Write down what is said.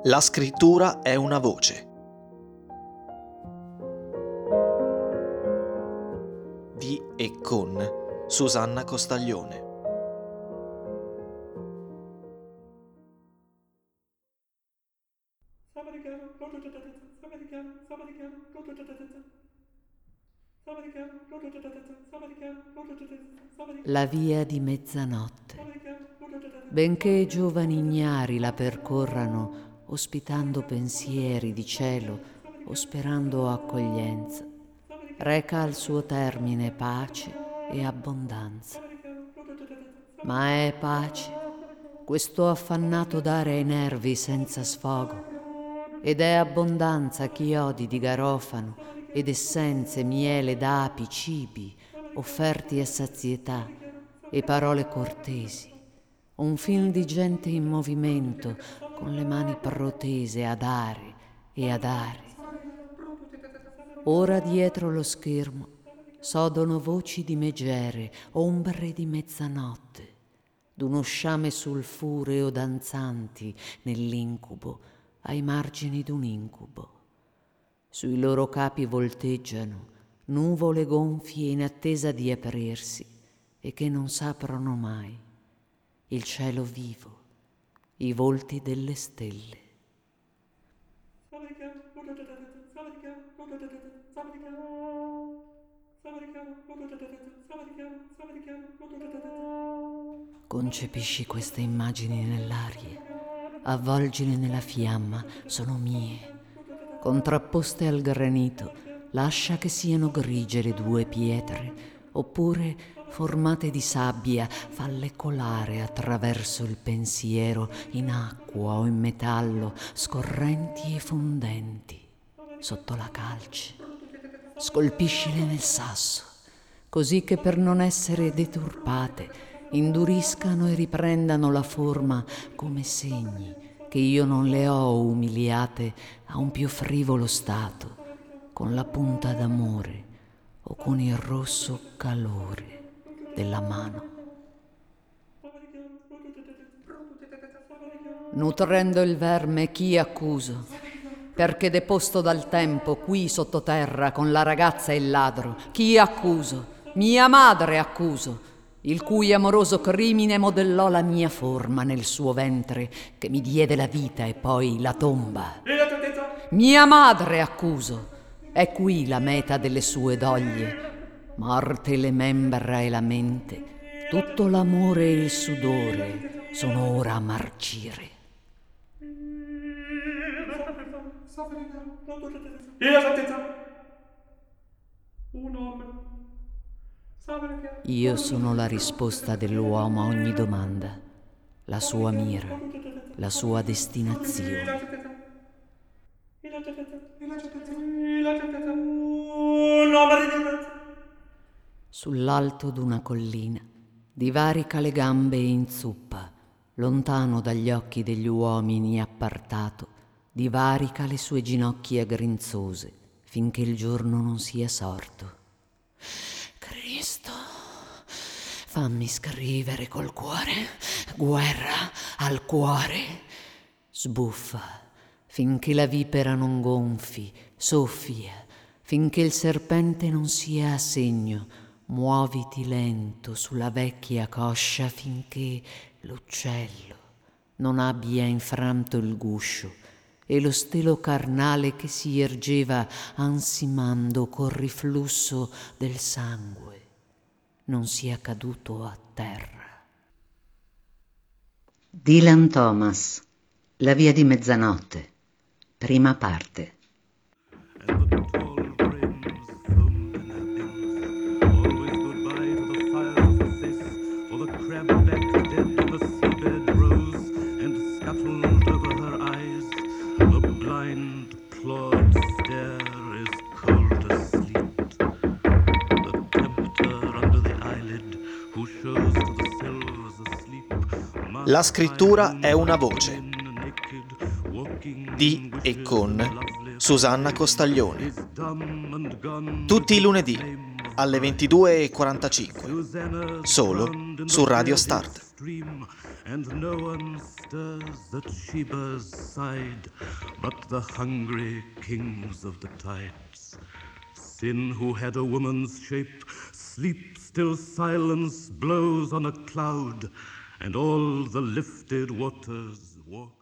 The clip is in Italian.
La scrittura è una voce. Di e con Susanna Costaglione. La via di mezzanotte. Benché giovani ignari la percorrano, ospitando pensieri di cielo o sperando accoglienza, reca al suo termine pace e abbondanza. Ma è pace questo affannato dare ai nervi senza sfogo, ed è abbondanza chi odi di garofano ed essenze, miele d'api, cibi offerti a sazietà e parole cortesi, un film di gente in movimento con le mani protese a dare e a dare. Ora dietro lo schermo sodono voci di megere, ombre di mezzanotte, d'uno sciame sulfureo danzanti nell'incubo, ai margini d'un incubo. Sui loro capi volteggiano nuvole gonfie in attesa di aprirsi e che non s'aprono mai. Il cielo vivo, i volti delle stelle. Concepisci queste immagini nell'aria, avvolgili nella fiamma, sono mie. Contrapposte al granito, lascia che siano grigie le due pietre, oppure formate di sabbia, falle colare attraverso il pensiero in acqua o in metallo, scorrenti e fondenti, sotto la calce. Scolpiscile nel sasso, così che per non essere deturpate induriscano e riprendano la forma come segni che io non le ho umiliate a un più frivolo stato, con la punta d'amore o con il rosso calore della mano. Nutrendo il verme chi accuso, perché deposto dal tempo qui sottoterra con la ragazza e il ladro, chi accuso? Mia madre accuso, il cui amoroso crimine modellò la mia forma nel suo ventre, che mi diede la vita e poi la tomba. Mia madre accuso, è qui la meta delle sue doglie, morte le membra e la mente, tutto l'amore e il sudore sono ora a marcire. Io sono la risposta dell'uomo a ogni domanda, la sua mira, la sua destinazione. Sull'alto d'una collina divarica le gambe in zuppa, lontano dagli occhi degli uomini appartato, divarica le sue ginocchia grinzose finché il giorno non sia sorto. Cristo, fammi scrivere col cuore, guerra al cuore. Sbuffa finché la vipera non gonfi, soffia finché il serpente non sia a segno, muoviti lento sulla vecchia coscia finché l'uccello non abbia infranto il guscio e lo stelo carnale che si ergeva ansimando col riflusso del sangue non sia caduto a terra. Dylan Thomas, La via di mezzanotte, prima parte. La scrittura è una voce. Di e con Susanna Costaglione. Tutti i lunedì alle 22:45, solo su Radio Start. And no one stirs at Sheba's side but the hungry kings of the tides. Sin, who had a woman's shape, sleeps till silence blows on a cloud, and all the lifted waters walk